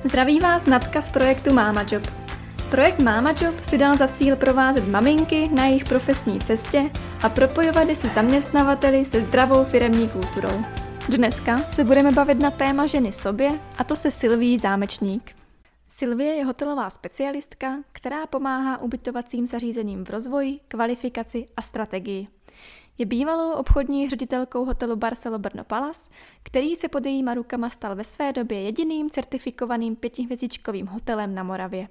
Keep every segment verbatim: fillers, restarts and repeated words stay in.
Zdraví vás Natka z projektu Mama Job. Projekt Mama Job si dal za cíl provázet maminky na jejich profesní cestě a propojovat je se zaměstnavateli se zdravou firemní kulturou. Dneska se budeme bavit na téma ženy sobě, a to se Sylvií Zámečník. Sylvie je hotelová specialistka, která pomáhá ubytovacím zařízením v rozvoji, kvalifikaci a strategii. Je bývalou obchodní ředitelkou hotelu Barcelo Brno Palace, který se pod jejíma rukama stal ve své době jediným certifikovaným pětihvězdičkovým hotelem na Moravě.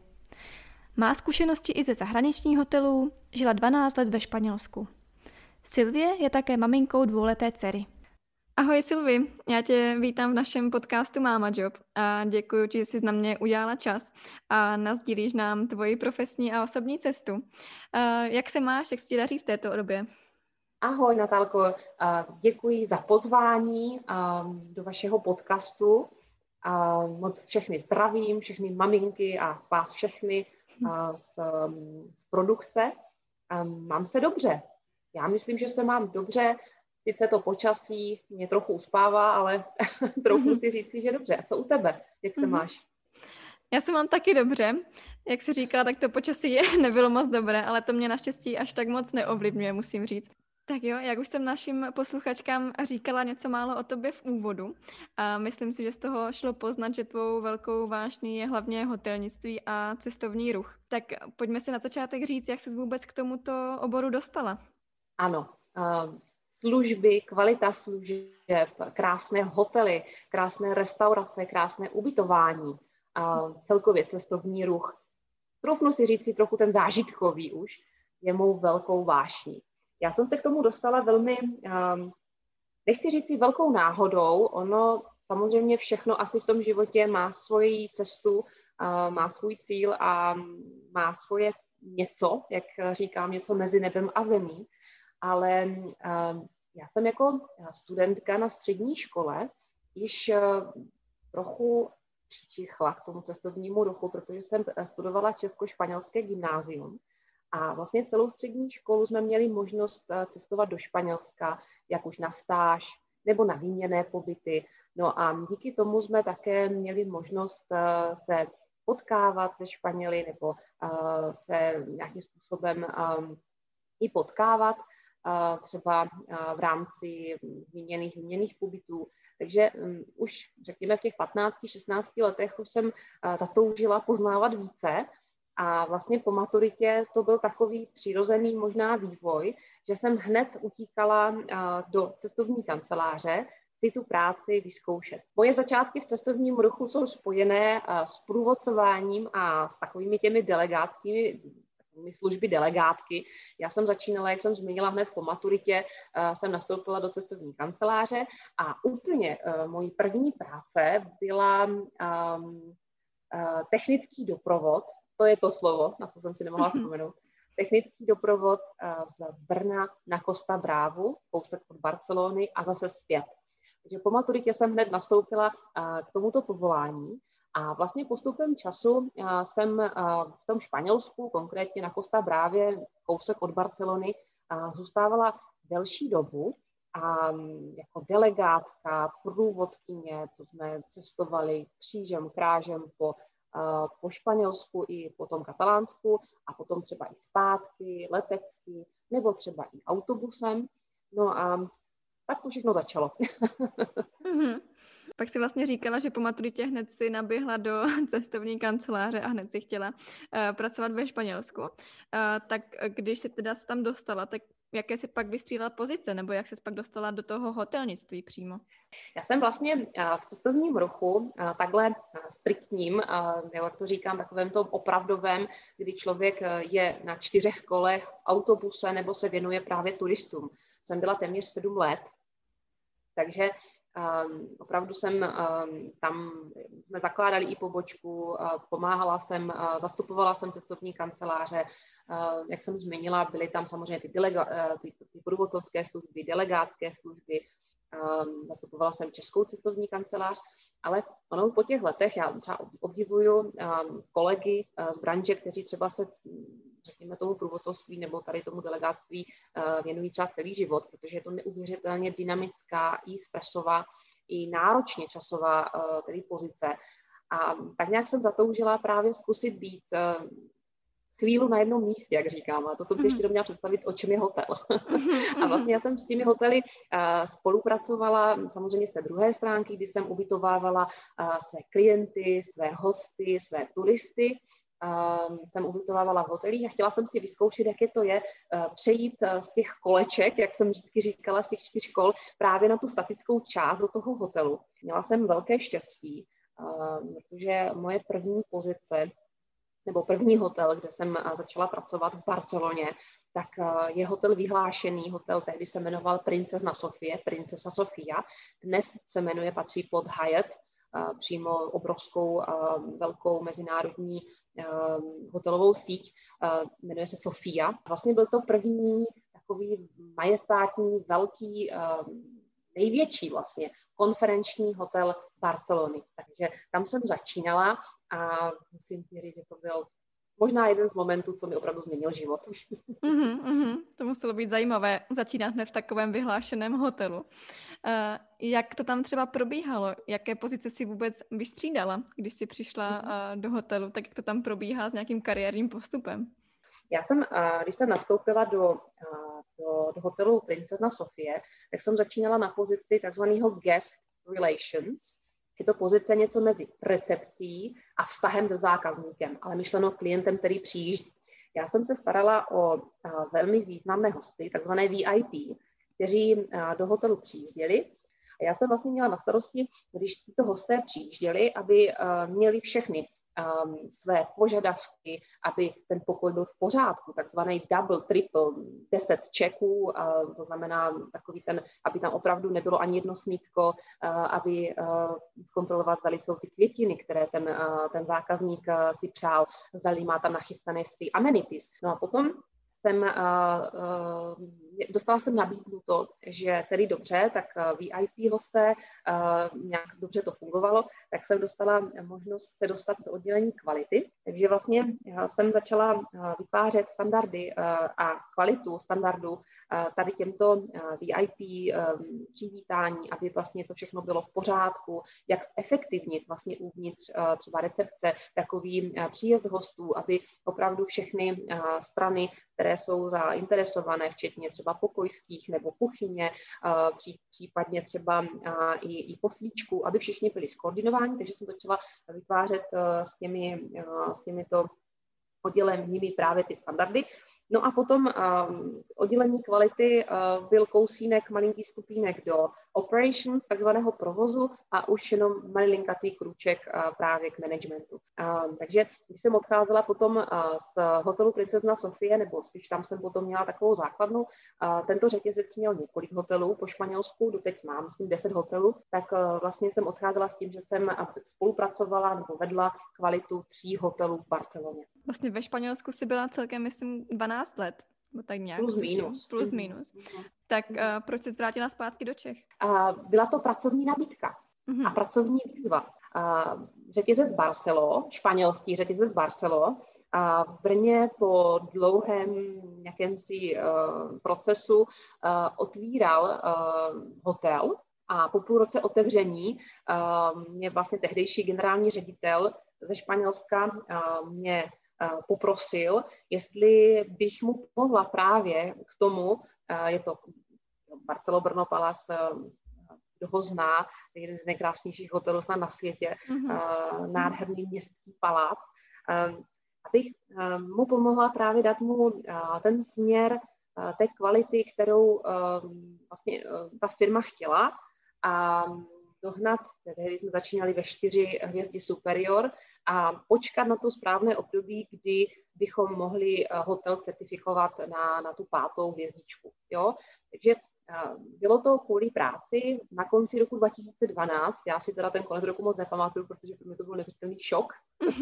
Má zkušenosti i ze zahraničních hotelů, žila dvanáct let ve Španělsku. Sylvie je také maminkou dvouleté dcery. Ahoj Sylvie, já tě vítám v našem podcastu Mama Job a děkuji ti, že jsi na mě udělala čas a nasdílíš nám tvoji profesní a osobní cestu. Jak se máš, jak se ti daří v této době? Ahoj Natálko, děkuji za pozvání do vašeho podcastu. Moc všechny zdravím, všechny maminky a vás všechny z, z produkce. Mám se dobře. Já myslím, že se mám dobře. Sice to počasí mě trochu uspává, ale trochu si říci, že dobře. A co u tebe? Jak se máš? Já se mám taky dobře. Jak jsi říkala, tak to počasí nebylo moc dobré, ale to mě naštěstí až tak moc neovlivňuje, musím říct. Tak jo, jak už jsem našim posluchačkám říkala něco málo o tobě v úvodu a myslím si, že z toho šlo poznat, že tvou velkou vášní je hlavně hotelnictví a cestovní ruch. Tak pojďme si na začátek říct, jak jsi vůbec k tomuto oboru dostala. Ano, uh, služby, kvalita služeb, krásné hotely, krásné restaurace, krásné ubytování, uh, celkově cestovní ruch. Troufnu si říct si trochu ten zážitkový už, je mou velkou vášní. Já jsem se k tomu dostala velmi, um, nechci říct si velkou náhodou, ono samozřejmě všechno asi v tom životě má svoji cestu, uh, má svůj cíl a má svoje něco, jak říkám, něco mezi nebem a zemí, ale um, já jsem jako studentka na střední škole již uh, trochu přičichla k tomu cestovnímu ruchu, protože jsem studovala česko-španělské gymnázium. A vlastně celou střední školu jsme měli možnost cestovat do Španělska, jak už na stáž nebo na výměnné pobyty. No a díky tomu jsme také měli možnost se potkávat se Španěli nebo se nějakým způsobem i potkávat, třeba v rámci zmíněných výměnných pobytů. Takže už řekněme v těch patnácti šestnácti letech už jsem zatoužila poznávat více. A vlastně po maturitě to byl takový přirozený možná vývoj, že jsem hned utíkala do cestovní kanceláře si tu práci vyzkoušet. Moje začátky v cestovním ruchu jsou spojené s průvodcováním a s takovými těmi delegátskými takovými služby delegátky. Já jsem začínala, jak jsem zmínila, hned po maturitě, jsem nastoupila do cestovní kanceláře a úplně mojí první práce byla technický doprovod. To je to slovo, na co jsem si nemohla vzpomenout. Technický doprovod z Brna na Costa Brávu, kousek od Barcelony a zase zpět. Takže po maturitě jsem hned nastoupila k tomuto povolání a vlastně postupem času jsem v tom Španělsku, konkrétně na Costa Brávě, kousek od Barcelony, zůstávala delší dobu a jako delegátka, průvodkyně, to jsme cestovali křížem, krážem po po Španělsku i po tom Katalánsku a potom třeba i zpátky, letecky nebo třeba i autobusem. No a tak to všechno začalo. Mm-hmm. Pak si vlastně říkala, že po maturitě hned si naběhla do cestovní kanceláře a hned si chtěla uh, pracovat ve Španělsku. Uh, tak když se teda tam dostala, tak jaké si pak vystřídala pozice, nebo jak se pak dostala do toho hotelnictví přímo? Já jsem vlastně v cestovním ruchu takhle striktním, jak to říkám, takovém tom opravdovém, kdy člověk je na čtyřech kolech, autobuse nebo se věnuje právě turistům. Jsem byla téměř sedm let, takže Um, opravdu jsem um, tam, jsme zakládali i pobočku, uh, pomáhala jsem, uh, zastupovala jsem cestovní kanceláře, uh, jak jsem zmínila, byly tam samozřejmě ty, delega, uh, ty, ty průvodcovské služby, delegátské služby, um, zastupovala jsem českou cestovní kancelář, ale ono po těch letech, já třeba obdivuju um, kolegy uh, z branže, kteří třeba se řekněme tomu průvodcovství nebo tady tomu delegátství uh, věnují třeba celý život, protože je to neuvěřitelně dynamická i stresová, i náročně časová uh, tedy pozice. A tak nějak jsem zatoužila právě zkusit být chvíli na jednom místě, jak říkám. A to jsem si ještě neměla představit, o čem je hotel. A vlastně já jsem s těmi hotely uh, spolupracovala, samozřejmě z té druhé stránky, kdy jsem ubytovávala uh, své klienty, své hosty, své turisty. Uh, jsem ubytovávala v hotelích a chtěla jsem si vyzkoušet, jak je to je uh, přejít uh, z těch koleček, jak jsem vždycky říkala, z těch čtyř kol, právě na tu statickou část do toho hotelu. Měla jsem velké štěstí, uh, protože moje první pozice nebo první hotel, kde jsem začala pracovat v Barceloně, tak je hotel vyhlášený, hotel tehdy se jmenoval Princezna Sofie, Princesa Sofia, dnes se jmenuje, patří pod Hyatt, přímo obrovskou velkou mezinárodní hotelovou síť, jmenuje se Sofia. Vlastně byl to první takový majestátní, velký, největší vlastně konferenční hotel Barcelony. Takže tam jsem začínala a musím říct, že to byl možná jeden z momentů, co mi opravdu změnil život. Mm-hmm, mm-hmm. To muselo být zajímavé začínat hned v takovém vyhlášeném hotelu. Uh, jak to tam třeba probíhalo? Jaké pozice si vůbec vystřídala, když jsi přišla mm-hmm. uh, do hotelu? Tak jak to tam probíhá s nějakým kariérním postupem? Já jsem, uh, když jsem nastoupila do, uh, do, do hotelu Princezna Sofie, tak jsem začínala na pozici takzvaného guest relations. Je to pozice něco mezi recepcí a vztahem se zákazníkem, ale myšleno klientem, který přijíždí. Já jsem se starala o uh, velmi významné hosty, takzvané V I P, kteří uh, do hotelu přijížděli. A já jsem vlastně měla na starosti, když tyto hosté přijížděli, aby uh, měli všechny um, své požadavky, aby ten pokoj byl v pořádku, takzvaný double, triple, deset čeků, uh, to znamená takový ten, aby tam opravdu nebylo ani jedno smítko, uh, aby uh, zkontrolovat, zda jsou ty květiny, které ten, uh, ten zákazník uh, si přál, zda má tam nachystané svý amenities. No a potom jsem, uh, uh, dostala jsem nabídnuto, že tedy dobře, tak V I P hosté, uh, nějak dobře to fungovalo, tak jsem dostala možnost se dostat do oddělení kvality. Takže vlastně jsem začala vytvářet standardy uh, a kvalitu standardu uh, tady těmto uh, V I P um, přivítání, aby vlastně to všechno bylo v pořádku, jak zefektivnit vlastně uvnitř uh, třeba recepce takový uh, příjezd hostů, aby opravdu všechny uh, strany, které jsou zainteresované, včetně třeba pokojských nebo kuchyně, případně třeba i, i poslíčku, aby všichni byli skoordinováni, takže jsem začala vytvářet s, těmi, s těmito odděleními právě ty standardy. No a potom um, oddělení kvality uh, byl kousínek, malinký stupínek do operations, takzvaného provozu a už jenom malinkatý krůček uh, právě k managementu. Uh, takže když jsem odcházela potom uh, z hotelu Princezna Sofie, nebo spíš tam jsem potom měla takovou základnu, uh, tento řetězec měl několik hotelů po Španělsku, doteď mám, myslím, deset hotelů, tak uh, vlastně jsem odcházela s tím, že jsem spolupracovala nebo vedla kvalitu tří hotelů v Barceloně. Vlastně ve Španělsku si byla celkem, myslím, dvanáct let. Tak nějak, plus minus. Plus minus. Mm-hmm. Tak uh, proč jsi vrátila zpátky do Čech? Uh, byla to pracovní nabídka mm-hmm. a pracovní výzva. Uh, řetězec Barcelo, španělský řetězec Barcelo, a v Brně po dlouhém jakémsi uh, procesu uh, otvíral uh, hotel a po půl roce otevření uh, mě vlastně tehdejší generální ředitel ze Španělska uh, mě poprosil, jestli bych mu pomohla právě k tomu, je to Barcelo Brno Palace, kdo ho zná, jeden z nejkrásnějších hotelů na světě, mm-hmm. nádherný městský palác, abych mu pomohla právě dát mu ten směr té kvality, kterou vlastně ta firma chtěla a dohnat, tehdy jsme začínali ve čtyři hvězdy superior a počkat na to správné období, kdy bychom mohli hotel certifikovat na, na tu pátou hvězdičku. Jo? Takže bylo to kvůli práci na konci roku dva tisíce dvanáct, já si teda ten konec roku moc nepamatuju, protože pro mě to byl neuvěřitelný šok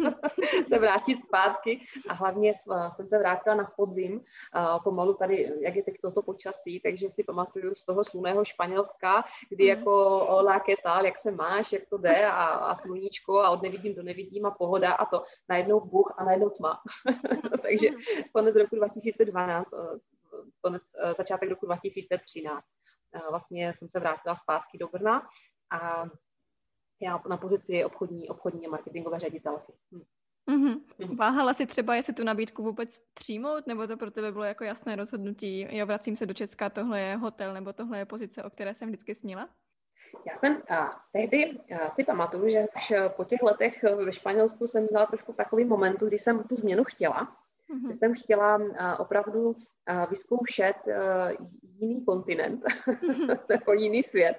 se vrátit zpátky a hlavně jsem se vrátila na podzim, pomalu tady, jak je teď toto počasí, takže si pamatuju z toho slunného Španělska, kdy mm. jako hola, ¿qué tal, jak se máš, jak to jde a, a sluníčko a od nevidím do nevidím a pohoda a to najednou buch a najednou tma. Takže konec roku dva tisíce dvanáct, konec, začátek roku dva tisíce třináct. Vlastně jsem se vrátila zpátky do Brna a já na pozici obchodní, obchodní a marketingové ředitelky. Hm. Mm-hmm. Váhala si třeba, jestli tu nabídku vůbec přijmout, nebo to pro tebe bylo jako jasné rozhodnutí, jo, vracím se do Česka, tohle je hotel, nebo tohle je pozice, o které jsem vždycky snila? Já jsem a, tehdy a, si pamatuju, že už po těch letech ve Španělsku jsem měla trošku takový momentu, kdy jsem tu změnu chtěla. Mm-hmm. Kdy jsem chtěla a, opravdu a, vyzkoušet a, jiný kontinent, mm-hmm. nebo jiný svět.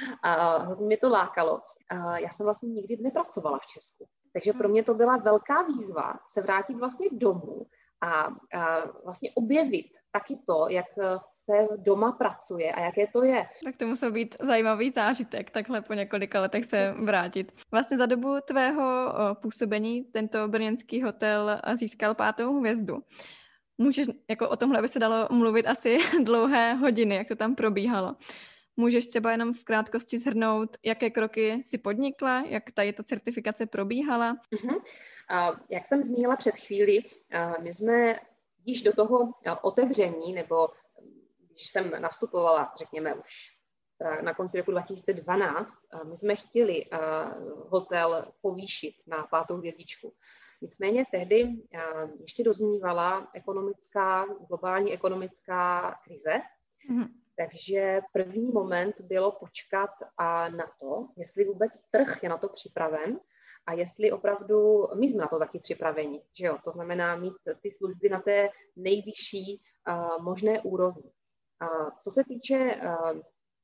A hrozně mě to lákalo. A, já jsem vlastně nikdy nepracovala v Česku. Takže pro mě to byla velká výzva se vrátit vlastně domů a, a vlastně objevit taky to, jak se doma pracuje a jaké to je. Tak to musel být zajímavý zážitek, takhle po několika letech se vrátit. Vlastně za dobu tvého působení tento brněnský hotel získal pátou hvězdu. Můžeš, jako o tomhle by se dalo mluvit asi dlouhé hodiny, jak to tam probíhalo. Můžeš třeba jenom v krátkosti shrnout, jaké kroky si podnikla, jak tady ta certifikace probíhala? Uh-huh. Uh, jak jsem zmínila před chvíli, uh, my jsme již do toho uh, otevření, nebo když jsem nastupovala, řekněme už uh, na konci roku dva tisíce dvanáct, uh, my jsme chtěli uh, hotel povýšit na pátou hvězdičku. Nicméně tehdy uh, ještě doznívala ekonomická, globální ekonomická krize, uh-huh. Takže první moment bylo počkat a na to, jestli vůbec trh je na to připraven a jestli opravdu my jsme na to taky připraveni. Že jo? To znamená mít ty služby na té nejvyšší uh, možné úrovni. Uh, co se týče uh,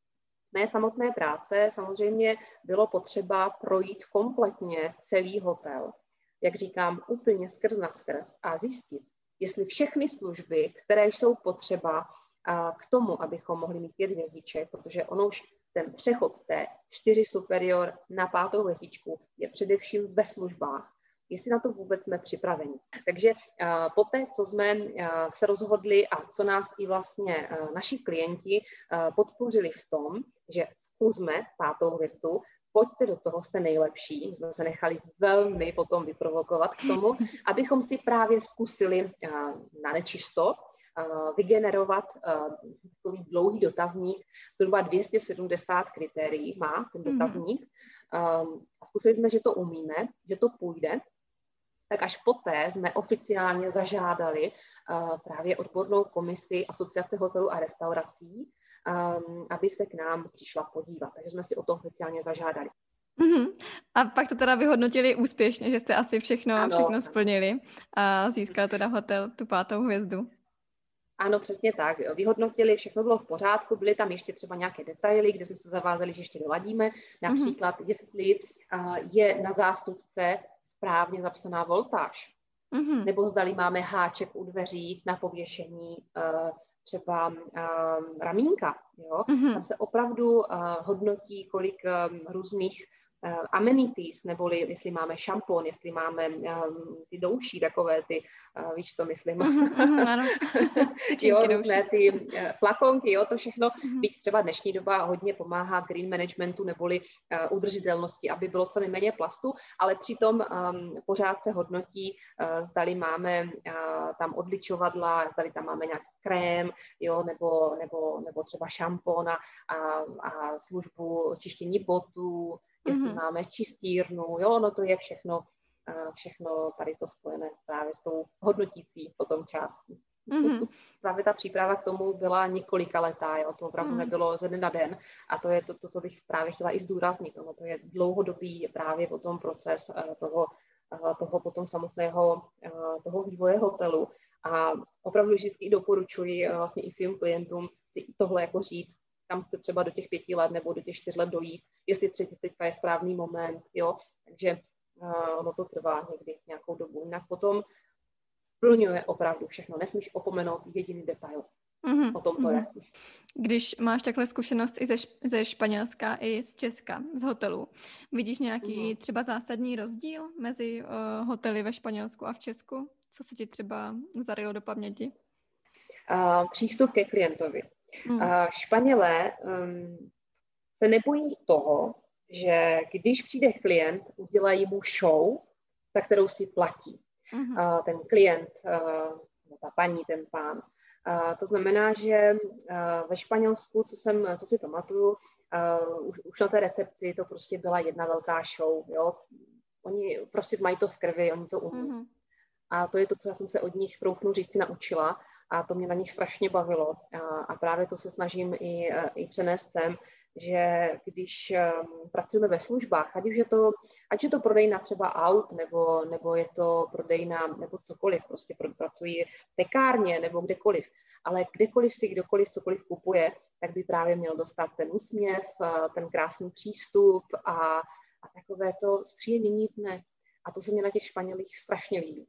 mé samotné práce, samozřejmě bylo potřeba projít kompletně celý hotel, jak říkám, úplně skrz na skrz a zjistit, jestli všechny služby, které jsou potřeba k tomu, abychom mohli mít pět hvězdiček, protože ono už ten přechod z té čtyři superior na pátou hvězdičku je především ve službách, jestli na to vůbec jsme připraveni. Takže uh, poté, co jsme uh, se rozhodli a co nás i vlastně uh, naši klienti uh, podpořili v tom, že zkusme pátou hvězdu, pojďte do toho, jste nejlepší. My jsme se nechali velmi potom vyprovokovat k tomu, abychom si právě zkusili uh, na nečisto vygenerovat uh, takový dlouhý dotazník, zhruba dvě stě sedmdesát kritérií má ten dotazník. Um, a zkusili jsme, že to umíme, že to půjde. Tak až poté jsme oficiálně zažádali uh, právě odbornou komisi Asociace hotelů a restaurací, um, aby se k nám přišla podívat. Takže jsme si o to oficiálně zažádali. Mm-hmm. A pak to teda vyhodnotili úspěšně, že jste asi všechno, ano, všechno splnili a získal teda hotel tu pátou hvězdu. Ano, přesně tak. Vyhodnotili, všechno bylo v pořádku, byly tam ještě třeba nějaké detaily, kde jsme se zavázali, že ještě doladíme. Například, mm-hmm. jestli uh, je na zástupce správně zapsaná voltáž, mm-hmm. nebo zdali máme háček u dveří na pověšení uh, třeba um, ramínka. Jo? Mm-hmm. Tam se opravdu uh, hodnotí, kolik um, různých uh, amenities, neboli jestli máme šampon, jestli máme um, ty douší, takové ty, uh, víš, co myslím, mm-hmm, jo, různé ty uh, flakonky, jo, to všechno, mm-hmm. byť třeba dnešní doba hodně pomáhá green managementu, neboli uh, udržitelnosti, aby bylo co nejméně plastu, ale přitom um, pořád se hodnotí, uh, zdali máme uh, tam odličovadla, zdali tam máme nějaký krém, jo, nebo, nebo, nebo třeba šampon a, a službu čištění botů, jestli mm-hmm. máme čistírnu, jo, no to je všechno, všechno tady to spojené právě s tou hodnotící potom částí. Mm-hmm. Právě ta příprava k tomu byla několika letá, jo, to opravdu mm-hmm. nebylo ze dne na den a to je to, to, co bych právě chtěla i zdůraznit, no, to je dlouhodobý právě potom proces toho, toho potom samotného toho vývoje hotelu. A opravdu vždycky doporučuji vlastně i svým klientům si tohle jako říct, kam chce třeba do těch pěti let nebo do těch čtyř let dojít, jestli třetí teďka je správný moment, jo, takže uh, ono to trvá někdy nějakou dobu. Jinak potom splňuje opravdu všechno, nesmíš opomenout jediný detail. Mm-hmm. O tom to je. Když máš takhle zkušenost i ze, ze Španělska, i z Česka, z hotelů, vidíš nějaký mm-hmm. třeba zásadní rozdíl mezi uh, hotely ve Španělsku a v Česku? Co se ti třeba zarylo do paměti? Uh, přístup ke klientovi. Mm. Uh, Španělé um, se nebojí toho, že když přijde klient, udělají mu show, za kterou si platí. Mm-hmm. Uh, ten klient, uh, ta paní, ten pán. Uh, to znamená, že uh, ve Španělsku, co, jsem, co si pamatuju, uh, už, už na té recepci to prostě byla jedna velká show, jo. Oni prostě mají to v krvi, oni to umí. Mm-hmm. A to je to, co já jsem se od nich, troufnu říct, si naučila a to mě na nich strašně bavilo. A, a právě to se snažím i, i přenést sem, že když um, pracujeme ve službách, ať už je to, ať je to prodejna třeba aut, nebo, nebo je to prodejna, nebo cokoliv, prostě pracují v pekárně, nebo kdekoliv, ale kdekoliv si kdokoliv cokoliv kupuje, tak by právě měl dostat ten úsměv, ten krásný přístup a, a takové to zpříjemnění dne. A to se mě na těch Španělích strašně líbí.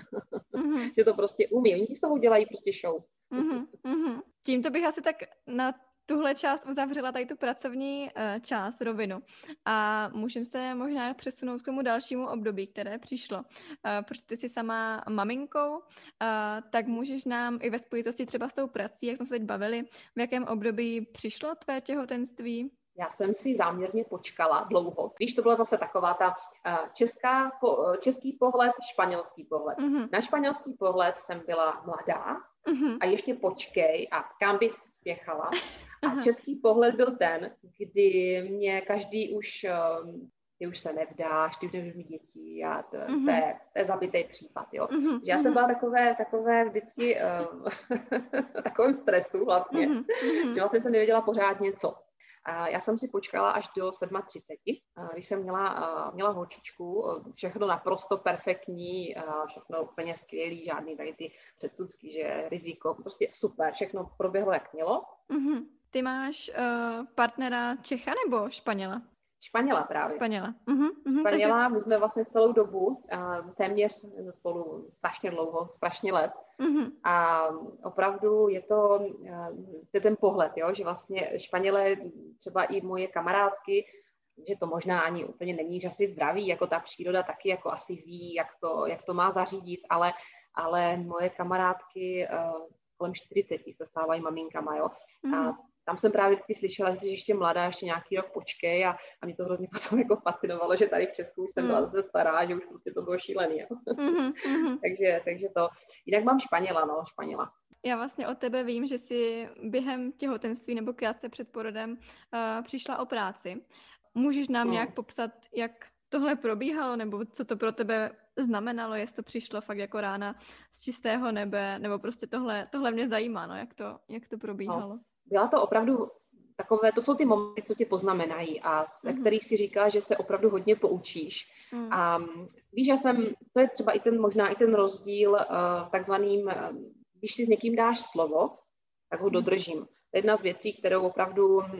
Mm-hmm. Že to prostě umí. Oni z toho dělají prostě show. Mm-hmm. Tímto bych asi tak na tuhle část uzavřela, tady tu pracovní uh, část, rovinu. A můžeme se možná přesunout k tomu dalšímu období, které přišlo. Uh, protože ty jsi sama maminkou, uh, tak můžeš nám i ve spojitosti třeba s tou prací, jak jsme se teď bavili, v jakém období přišlo tvé těhotenství? Já jsem si záměrně počkala dlouho. Víš, to byla zase taková ta uh, česká, po, český pohled, španělský pohled. Mm-hmm. Na španělský pohled jsem byla mladá mm-hmm. a ještě počkej a kam bys spěchala. A český pohled byl ten, kdy mě každý už, um, ty už se nevdáš, ty už nebudeš mít děti a to, mm-hmm. to, je, to je zabitý případ, jo. Mm-hmm. Že já jsem byla takové, takové vždycky um, takovém stresu vlastně, mm-hmm. že vlastně jsem nevěděla pořádně co. A já jsem si počkala až do třicet sedm, když jsem měla, měla holčičku, všechno naprosto perfektní, všechno úplně skvělý, žádný tady ty předsudky, že riziko, prostě super, všechno proběhlo jak mělo. Mm-hmm. Ty máš uh, partnera Čecha nebo Španěla? Španěla právě. Španěla. Uh-huh, uh-huh, Španěla, takže... my jsme vlastně celou dobu, uh, téměř spolu strašně dlouho, strašně let. Uh-huh. A opravdu je to uh, je ten pohled, jo, že vlastně Španělé, třeba i moje kamarádky, že to možná ani úplně není, že asi zdraví, jako ta příroda taky jako asi ví, jak to, jak to má zařídit, ale, ale moje kamarádky uh, kolem čtyřiceti se stávají maminkama, jo. Uh-huh. A tam jsem právě vždycky slyšela, že jsi ještě mladá, ještě nějaký rok počkej a, a mě to hrozně potom jako fascinovalo, že tady v Česku už jsem byla zase stará, že už prostě to bylo šílený. Jo. Mm-hmm. takže, takže to. Jinak mám Španěla, no, Španěla. Já vlastně od tebe vím, že jsi během těhotenství nebo krátce před porodem uh, přišla o práci. Můžeš nám hmm. nějak popsat, jak tohle probíhalo, nebo co to pro tebe znamenalo, jestli to přišlo fakt jako rána z čistého nebe, nebo prostě tohle, tohle mě zajímá, no, jak to, jak to probíhalo. No. Byla to opravdu takové, to jsou ty momenty, co tě poznamenají a ze mm. kterých si říká, že se opravdu hodně poučíš. Mm. A víš, že jsem, to je třeba i ten, možná i ten rozdíl uh, v takzvaným, uh, když si s někým dáš slovo, tak ho mm. dodržím. To je jedna z věcí, kterou opravdu uh,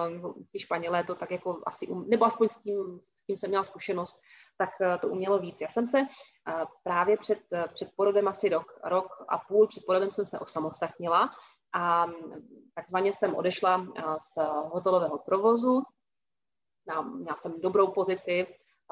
ti Španělé to tak jako asi, um, nebo aspoň s tím, s tím jsem měla zkušenost, tak uh, to umělo víc. Já jsem se uh, právě před, uh, před porodem asi rok, rok a půl, před porodem jsem se osamostatnila, a takzvaně jsem odešla z hotelového provozu, měla jsem dobrou pozici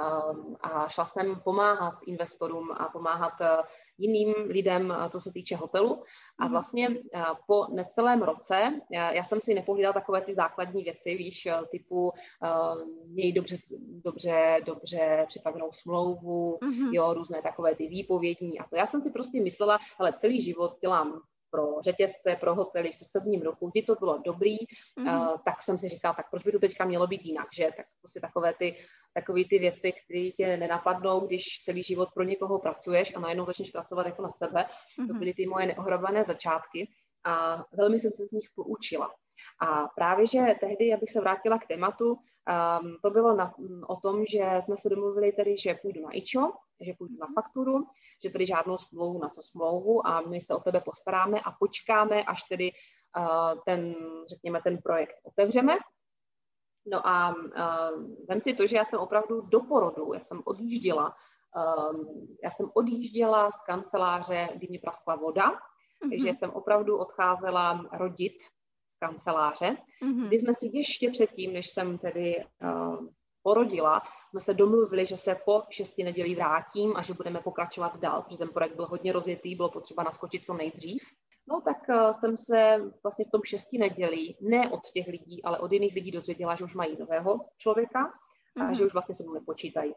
a šla jsem pomáhat investorům a pomáhat jiným lidem, co se týče hotelu. A vlastně po necelém roce, já jsem si nepohlídala takové ty základní věci, víš, typu měj dobře, dobře, dobře připravenou smlouvu, mm-hmm. jo, různé takové ty výpovědní a to. Já jsem si prostě myslela, hele, celý život dělám pro řetězce, pro hotely v cestovním ruchu, vždy to bylo dobrý, mm-hmm. uh, tak jsem si říkala, tak proč by to teďka mělo být jinak, že? Tak prostě takové ty, takové ty věci, které tě nenapadnou, když celý život pro někoho pracuješ a najednou začneš pracovat jako na sebe. Mm-hmm. To byly ty moje neohrabané začátky a velmi jsem se z nich poučila. A právě, že tehdy, abych se vrátila k tématu, um, to bylo na, o tom, že jsme se domluvili tedy, že půjdu na ičo, že půjdu na fakturu, že tedy žádnou smlouvu, na co smlouvu a my se o tebe postaráme a počkáme, až tedy uh, ten, řekněme, ten projekt otevřeme. No a uh, vem si to, že já jsem opravdu do porodu, já jsem odjížděla, um, já jsem odjížděla z kanceláře, kdy mi praskla voda, mm-hmm. takže jsem opravdu odcházela rodit z kanceláře, mm-hmm. kdy jsme si ještě předtím, než jsem tedy uh, porodila, jsme se domluvili, že se po šesti nedělí vrátím a že budeme pokračovat dál, protože ten projekt byl hodně rozjetý, bylo potřeba naskočit co nejdřív. No tak uh, jsem se vlastně v tom šesti nedělí, ne od těch lidí, ale od jiných lidí dozvěděla, že už mají nového člověka a mm-hmm. že už vlastně se mnou nepočítají.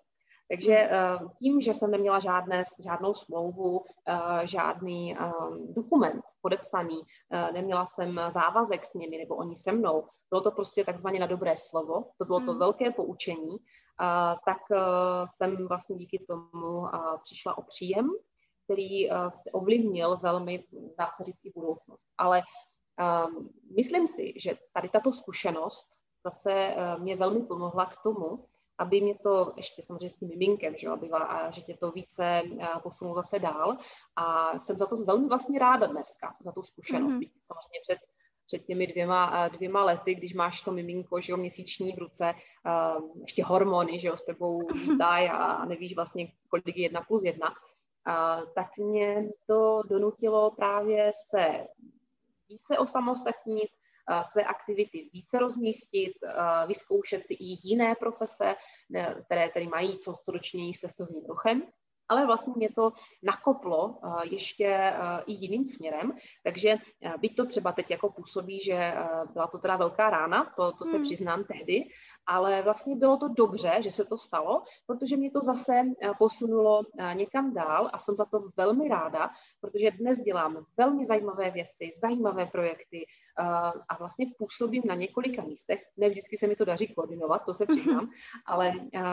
Takže tím, že jsem neměla žádné, žádnou smlouvu, žádný dokument podepsaný, neměla jsem závazek s nimi nebo oni se mnou, bylo to prostě takzvaně na dobré slovo, to bylo to velké poučení, tak jsem vlastně díky tomu přišla o příjem, který ovlivnil velmi, dá se říct, i budoucnost. Ale myslím si, že tady tato zkušenost zase mě velmi pomohla k tomu, aby mě to ještě samozřejmě s tím miminkem, že, aby, a že tě to více posunulo zase dál. A jsem za to velmi vlastně ráda dneska, za tu zkušenost. Mm-hmm. Samozřejmě před, před těmi dvěma, dvěma lety, když máš to miminko, že jo, měsíční v ruce, uh, ještě hormony, že jo, s tebou lítají a nevíš vlastně, kolik je jedna plus jedna, uh, tak mě to donutilo právě se více osamostatnit, své aktivity více rozmístit, vyzkoušet si i jiné profese, které tady mají co dočinění s cestovním ruchem. Ale vlastně mě to nakoplo ještě i jiným směrem, takže byť to třeba teď jako působí, že byla to teda velká rána, to, to se přiznám tehdy, ale vlastně bylo to dobře, že se to stalo, protože mě to zase posunulo někam dál a jsem za to velmi ráda, protože dnes dělám velmi zajímavé věci, zajímavé projekty a vlastně působím na několika místech. Ne vždycky se mi to daří koordinovat, to se přiznám, ale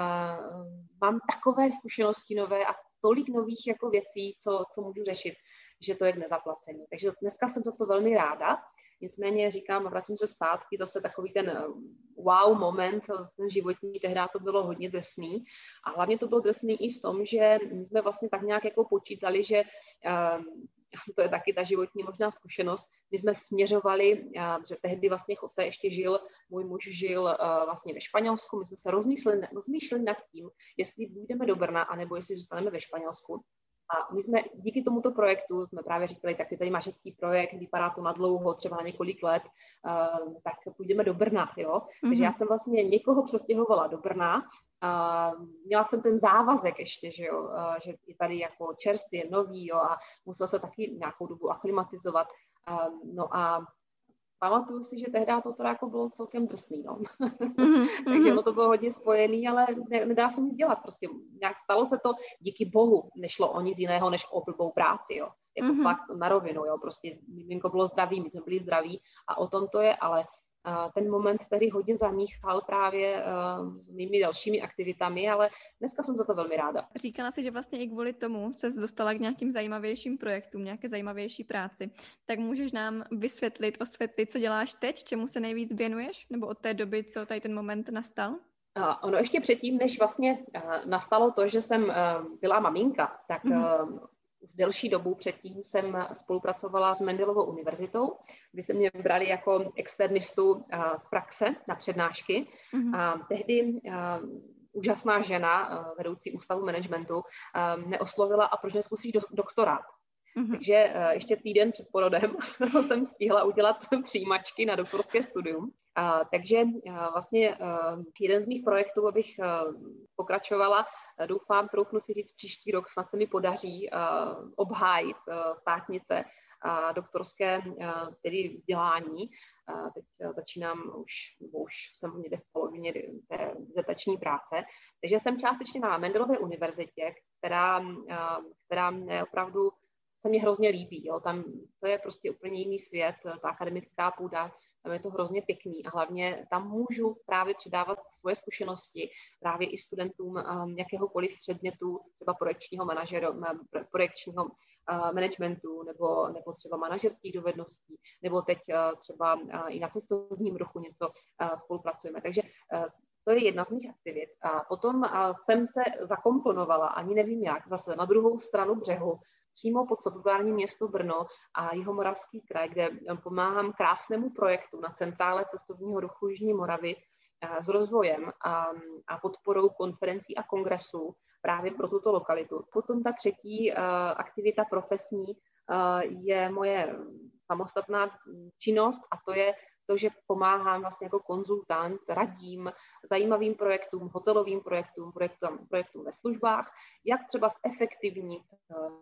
mám takové zkušenosti nové a tolik nových jako věcí, co, co můžu řešit, že to je k nezaplacení. Takže dneska jsem za to velmi ráda, nicméně říkám, vracím se zpátky, zase takový ten wow moment, ten životní, tehdy to bylo hodně drsný a hlavně to bylo drsný i v tom, že my jsme vlastně tak nějak jako počítali, že um, to je taky ta životní možná zkušenost. My jsme směřovali, že tehdy vlastně Jose ještě žil, můj muž žil vlastně ve Španělsku, my jsme se rozmýšleli, rozmýšleli nad tím, jestli půjdeme do Brna, anebo jestli zůstaneme ve Španělsku. A my jsme díky tomuto projektu, jsme právě říkali, tak ty tady máš hezký projekt, vypadá to na dlouho, třeba na několik let, uh, tak půjdeme do Brna, jo. Mm-hmm. Takže já jsem vlastně někoho přestěhovala do Brna, uh, měla jsem ten závazek ještě, že jo, uh, že je tady jako čerstvě, nový, jo, a musela se taky nějakou dobu aklimatizovat. Uh, no a pamatuju si, že tehdy to teda jako bylo celkem drsný, no. Mm-hmm. Takže ono to bylo hodně spojený, ale ne, nedá se nic dělat, prostě nějak stalo se to, díky bohu nešlo o nic jiného, než o blbou práci, jo. Jako mm-hmm. fakt na rovinu, jo, prostě miminko bylo zdravý, my jsme byli zdraví a o tom to je, ale uh, ten moment tedy hodně zamíchal právě uh, s mými dalšími aktivitami, ale dneska jsem za to velmi ráda. Říkala jsi, že vlastně i kvůli tomu ses dostala k nějakým zajímavějším projektům, nějaké zajímavější práci. Tak můžeš nám vysvětlit, osvětlit, co děláš teď, čemu se nejvíc věnuješ, nebo od té doby, co tady ten moment nastal? Uh, ono ještě předtím, než vlastně uh, nastalo to, že jsem uh, byla maminka, tak mm-hmm. uh, už delší dobu předtím jsem spolupracovala s Mendelovou univerzitou, kdy se mě brali jako externistu uh, z praxe na přednášky. Mm-hmm. A tehdy uh, úžasná žena, uh, vedoucí ústavu managementu, uh, mě oslovila, a proč nezkusíš do, doktorát? Mm-hmm. Takže uh, ještě týden před porodem jsem stihla udělat přijímačky na doktorské studium. Uh, takže uh, vlastně uh, jeden z mých projektů, abych uh, pokračovala, uh, doufám, troufnu si říct, příští rok snad se mi podaří uh, obhájit uh, státnice a doktorské uh, tedy vzdělání. Uh, teď uh, začínám už, nebo už jsem někde v polovině té dizertační práce. Takže jsem částečně na Mendelové univerzitě, která, uh, která mě opravdu se mě hrozně líbí. Jo. Tam to je prostě úplně jiný svět, ta akademická půda, tam je to hrozně pěkný a hlavně tam můžu právě předávat svoje zkušenosti právě i studentům um, jakéhokoliv předmětu, třeba projekčního manažera, projekčního uh, managementu nebo, nebo třeba manažerských dovedností, nebo teď uh, třeba uh, i na cestovním ruchu něco uh, spolupracujeme. Takže uh, to je jedna z mých aktivit. A potom uh, jsem se zakomponovala, ani nevím jak, zase na druhou stranu břehu, přímo pod statutární město Brno a Jihomoravský kraj, kde pomáhám krásnému projektu na centrále cestovního ruchu Jižní Moravy s rozvojem a, a podporou konferencí a kongresů právě pro tuto lokalitu. Potom ta třetí uh, aktivita profesní uh, je moje samostatná činnost a to je to, že pomáhám vlastně jako konzultant, radím zajímavým projektům, hotelovým projektům, projektům, projektům ve službách, jak třeba zefektivnit uh,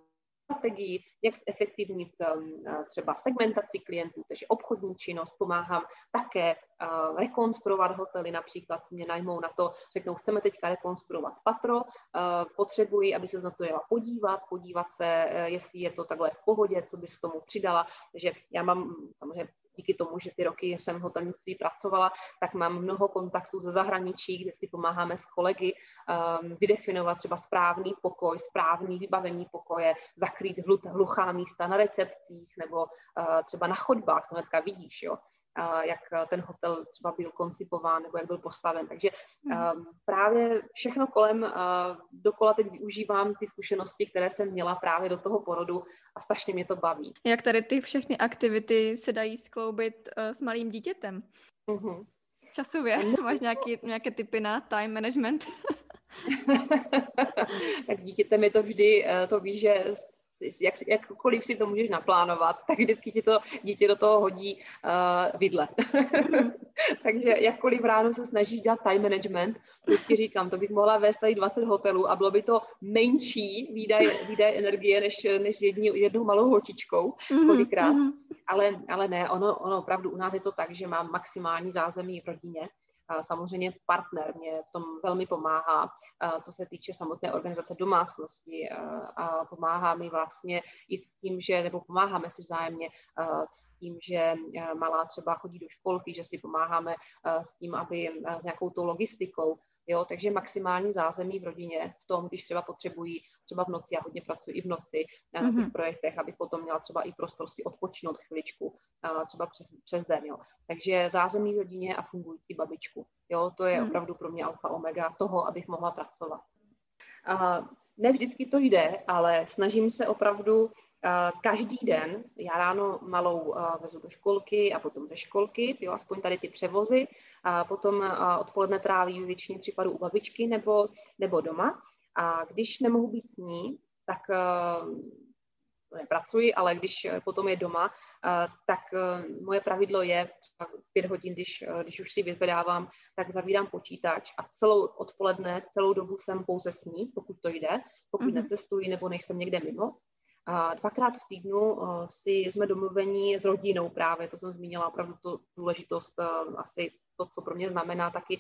strategii, jak zefektivnit třeba segmentaci klientů, takže obchodní činnost, pomáhám také rekonstruovat hotely, například si mě najmou na to, řeknou, chceme teďka rekonstruovat patro, potřebuji, aby se na to jela podívat, podívat se, jestli je to takhle v pohodě, co bys k tomu přidala, takže já mám samozřejmě díky tomu, že ty roky jsem v hotelnictví pracovala, tak mám mnoho kontaktů ze zahraničí, kde si pomáháme s kolegy um, vydefinovat třeba správný pokoj, správný vybavení pokoje, zakrýt hluchá místa na recepcích nebo uh, třeba na chodbách, to hnedka vidíš, jo, uh, jak ten hotel třeba byl koncipován nebo jak byl postaven. Takže um, právě všechno kolem uh, dokola teď využívám ty zkušenosti, které jsem měla právě do toho porodu a strašně mě to baví. Jak tady ty všechny aktivity se dají skloubit uh, s malým dítětem? Mm-hmm. Časově? Máš nějaký, nějaké tipy na time management? Tak s dítětem je to vždy, to víš, že jak, jakkoliv si to můžeš naplánovat, tak vždycky ti to dítě do toho hodí uh, vidle. Takže jakkoliv ráno se snažíš dělat time management, vždycky říkám, to bych mohla vést tady dvacet hotelů a bylo by to menší výdaj, výdaj energie, než, než s jední, jednou malou holčičkou kolikrát. Ale, ale ne, ono, ono opravdu u nás je to tak, že mám maximální zázemí v rodině. Samozřejmě partner mě v tom velmi pomáhá, co se týče samotné organizace domácnosti a pomáhá mi vlastně i s tím, že, nebo pomáháme si vzájemně s tím, že malá třeba chodí do školky, že si pomáháme s tím, aby nějakou tou logistikou. Jo, takže maximální zázemí v rodině v tom, když třeba potřebují třeba v noci, já hodně pracuji i v noci na těch mm-hmm. projektech, abych potom měla třeba i prostor si odpočinout chviličku, třeba přes, přes den. Jo. Takže zázemí v rodině a fungující babičku. Jo, to je mm. opravdu pro mě alfa omega toho, abych mohla pracovat. A ne vždycky to jde, ale snažím se opravdu každý den, já ráno malou vezu do školky a potom ze školky, jo, aspoň tady ty převozy, a potom odpoledne tráví většině případů u babičky nebo, nebo doma. A když nemohu být s ní, tak nepracuji, ale když potom je doma, tak moje pravidlo je pět hodin, když, když už si vypadávám, tak zavírám počítač a celou odpoledne, celou dobu jsem pouze s ní, pokud to jde, pokud mm-hmm. necestuji nebo nejsem někde mimo. A dvakrát v týdnu uh, si jsme domluvení s rodinou právě, to jsem zmínila opravdu tu důležitost, uh, asi to, co pro mě znamená taky,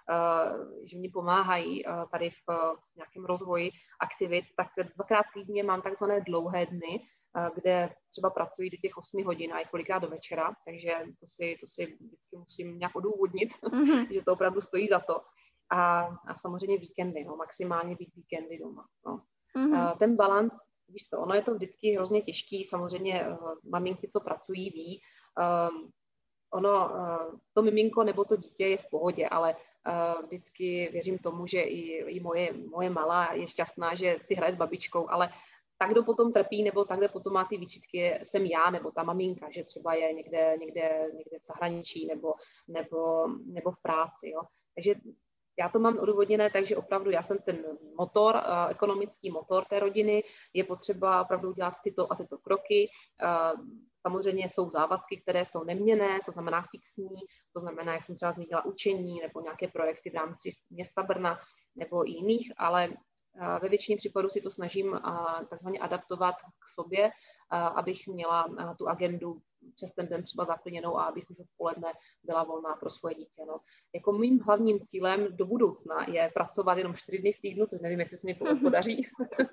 uh, že mě pomáhají uh, tady v uh, nějakém rozvoji aktivit, tak dvakrát týdně mám takzvané dlouhé dny, uh, kde třeba pracuji do těch osmi hodin a i kolikrát do večera, takže to si, to si vždycky musím nějak odůvodnit, mm-hmm. že to opravdu stojí za to. A, a samozřejmě víkendy, no, maximálně být víkendy doma. No. Mm-hmm. Uh, ten balans, víš co, ono je to vždycky hrozně těžký, samozřejmě uh, maminky, co pracují, ví, um, ono, uh, to miminko nebo to dítě je v pohodě, ale uh, vždycky věřím tomu, že i, i moje, moje malá je šťastná, že si hraje s babičkou, ale tak, kdo potom trpí, nebo tak, kde potom má ty výčitky, jsem já, nebo ta maminka, že třeba je někde, někde, někde v zahraničí, nebo, nebo, nebo v práci, jo. Takže já to mám odůvodněné, takže opravdu já jsem ten motor, ekonomický motor té rodiny, je potřeba opravdu dělat tyto a tyto kroky. Samozřejmě jsou závazky, které jsou neměnné, to znamená fixní, to znamená, jak jsem třeba zmínila, učení nebo nějaké projekty v rámci města Brna nebo i jiných, ale ve většině případů si to snažím takzvaně adaptovat k sobě, abych měla tu agendu přes ten den třeba zaplněnou a abych už odpoledne byla volná pro svoje dítě. No. Jako mým hlavním cílem do budoucna je pracovat jenom čtyři dny v týdnu, což nevím, jestli se mi podaří,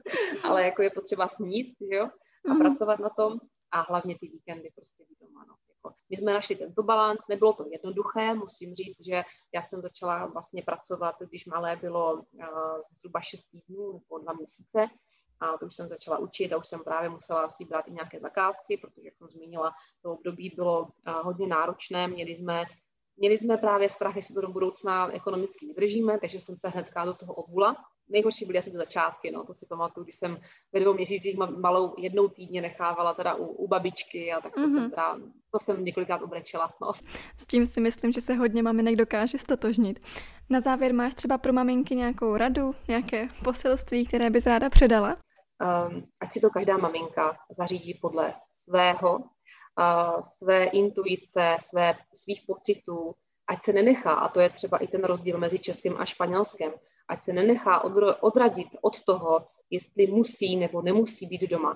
ale jako je potřeba snít, jo, a pracovat na tom a hlavně ty víkendy prostě být doma. No. Jako, my jsme našli tento balans, nebylo to jednoduché, musím říct, že já jsem začala vlastně pracovat, když malé bylo uh, zhruba šest týdnů nebo dva měsíce, a to už jsem začala učit a už jsem právě musela si brát i nějaké zakázky, protože, jak jsem zmínila, to období bylo uh, hodně náročné, měli jsme, měli jsme právě strach, jestli to do budoucna ekonomicky vydržíme, takže jsem se hnedka do toho obula. Nejhorší byly asi ty začátky, no, to si pamatuju, když jsem ve dvou měsících malou jednou týdně nechávala teda u, u babičky a tak to mm-hmm. jsem teda, to jsem několikrát obrečela, no. S tím si myslím, že se hodně maminek dokáže stotožnit. Na závěr máš třeba pro maminky nějakou radu, nějaké poselství, které bys ráda předala? Um, ať si to každá maminka zařídí podle svého, uh, své intuice, své, svých pocitů, ať se nenechá, a to je třeba i ten rozdíl mezi českým a španělským, ať se nenechá odro, odradit od toho, jestli musí nebo nemusí být doma.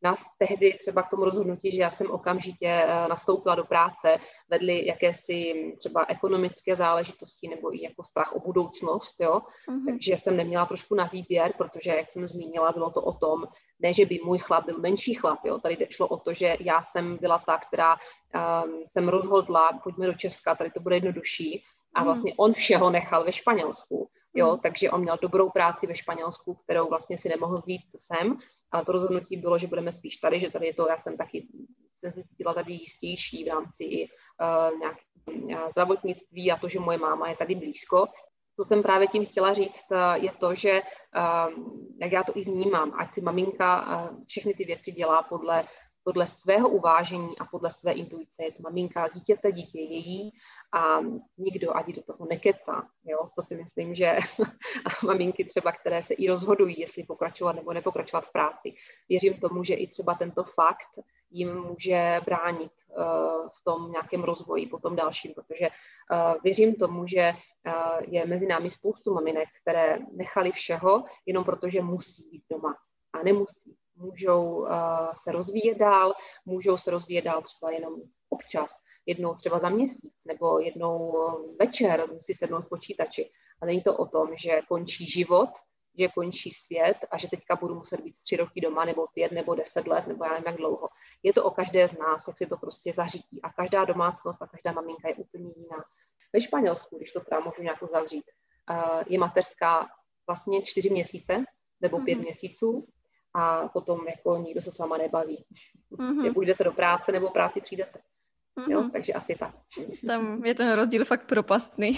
Nás tehdy třeba k tomu rozhodnutí, že já jsem okamžitě nastoupila do práce, vedly jakési třeba ekonomické záležitosti nebo i jako strach o budoucnost, jo. Mm-hmm. Takže jsem neměla trošku na výběr, protože, jak jsem zmínila, bylo to o tom, ne, že by můj chlap byl menší chlap, jo. Tady šlo o to, že já jsem byla ta, která um, jsem rozhodla, pojďme do Česka, tady to bude jednodušší. A vlastně on všeho nechal ve Španělsku, jo, takže on měl dobrou práci ve Španělsku, kterou vlastně si nemohl vzít sem, ale to rozhodnutí bylo, že budeme spíš tady, že tady je to, já jsem taky, jsem se cítila tady jistější v rámci i uh, nějakého zdravotnictví a to, že moje máma je tady blízko. Co jsem právě tím chtěla říct, je to, že uh, jak já to i vnímám, ať si maminka uh, všechny ty věci dělá podle podle svého uvážení a podle své intuice. Je to maminka dítěte, dítě její a nikdo ať do toho nekecá. Jo? To si myslím, že maminky třeba, které se i rozhodují, jestli pokračovat nebo nepokračovat v práci. Věřím tomu, že i třeba tento fakt jim může bránit uh, v tom nějakém rozvoji, potom dalším, protože uh, věřím tomu, že uh, je mezi námi spoustu maminek, které nechali všeho, jenom protože musí být doma a nemusí. Můžou uh, se rozvíjet dál, můžou se rozvíjet dál třeba jenom občas, jednou třeba za měsíc, nebo jednou večer musí sednout v počítači. A není to o tom, že končí život, že končí svět a že teďka budu muset být tři roky doma, nebo pět, nebo deset let, nebo já nevím jak dlouho. Je to o každé z nás, jak si to prostě zařídí. A každá domácnost a každá maminka je úplně jiná. Ve Španělsku, když to teda můžu nějak zavřít, uh, je mateřská vlastně čtyři měsíce, nebo pět mm-hmm. měsíců, a potom jako nikdo se s váma nebaví. Mm-hmm. Jak jdete do práce nebo práci přijdete. Mm-hmm. Jo, takže asi tak. Tam je ten rozdíl fakt propastný.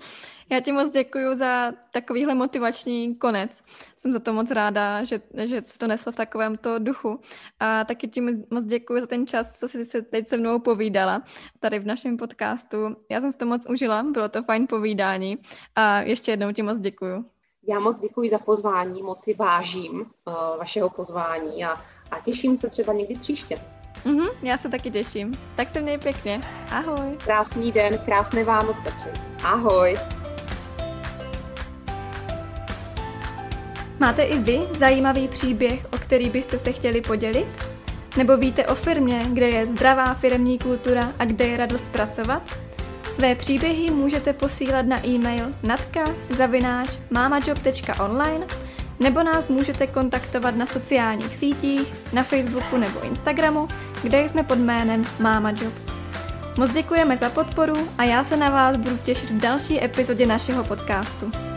Já ti moc děkuju za takovýhle motivační konec. Jsem za to moc ráda, že, že se to neslo v takovémto duchu. A taky ti moc děkuju za ten čas, co jsi se teď se mnou povídala tady v našem podcastu. Já jsem si to moc užila, bylo to fajn povídání a ještě jednou ti moc děkuju. Já moc děkuji za pozvání, moc si vážím uh, vašeho pozvání a, a těším se třeba někdy příště. Mm-hmm, já se taky těším. Tak se měj pěkně. Ahoj. Krásný den, krásné Vánoce přeji. Ahoj. Máte i vy zajímavý příběh, o který byste se chtěli podělit? Nebo víte o firmě, kde je zdravá firemní kultura a kde je radost pracovat? Své příběhy můžete posílat na e-mail natka zavináč mamajob tečka online nebo nás můžete kontaktovat na sociálních sítích, na Facebooku nebo Instagramu, kde jsme pod jménem MamaJob. Moc děkujeme za podporu a já se na vás budu těšit v další epizodě našeho podcastu.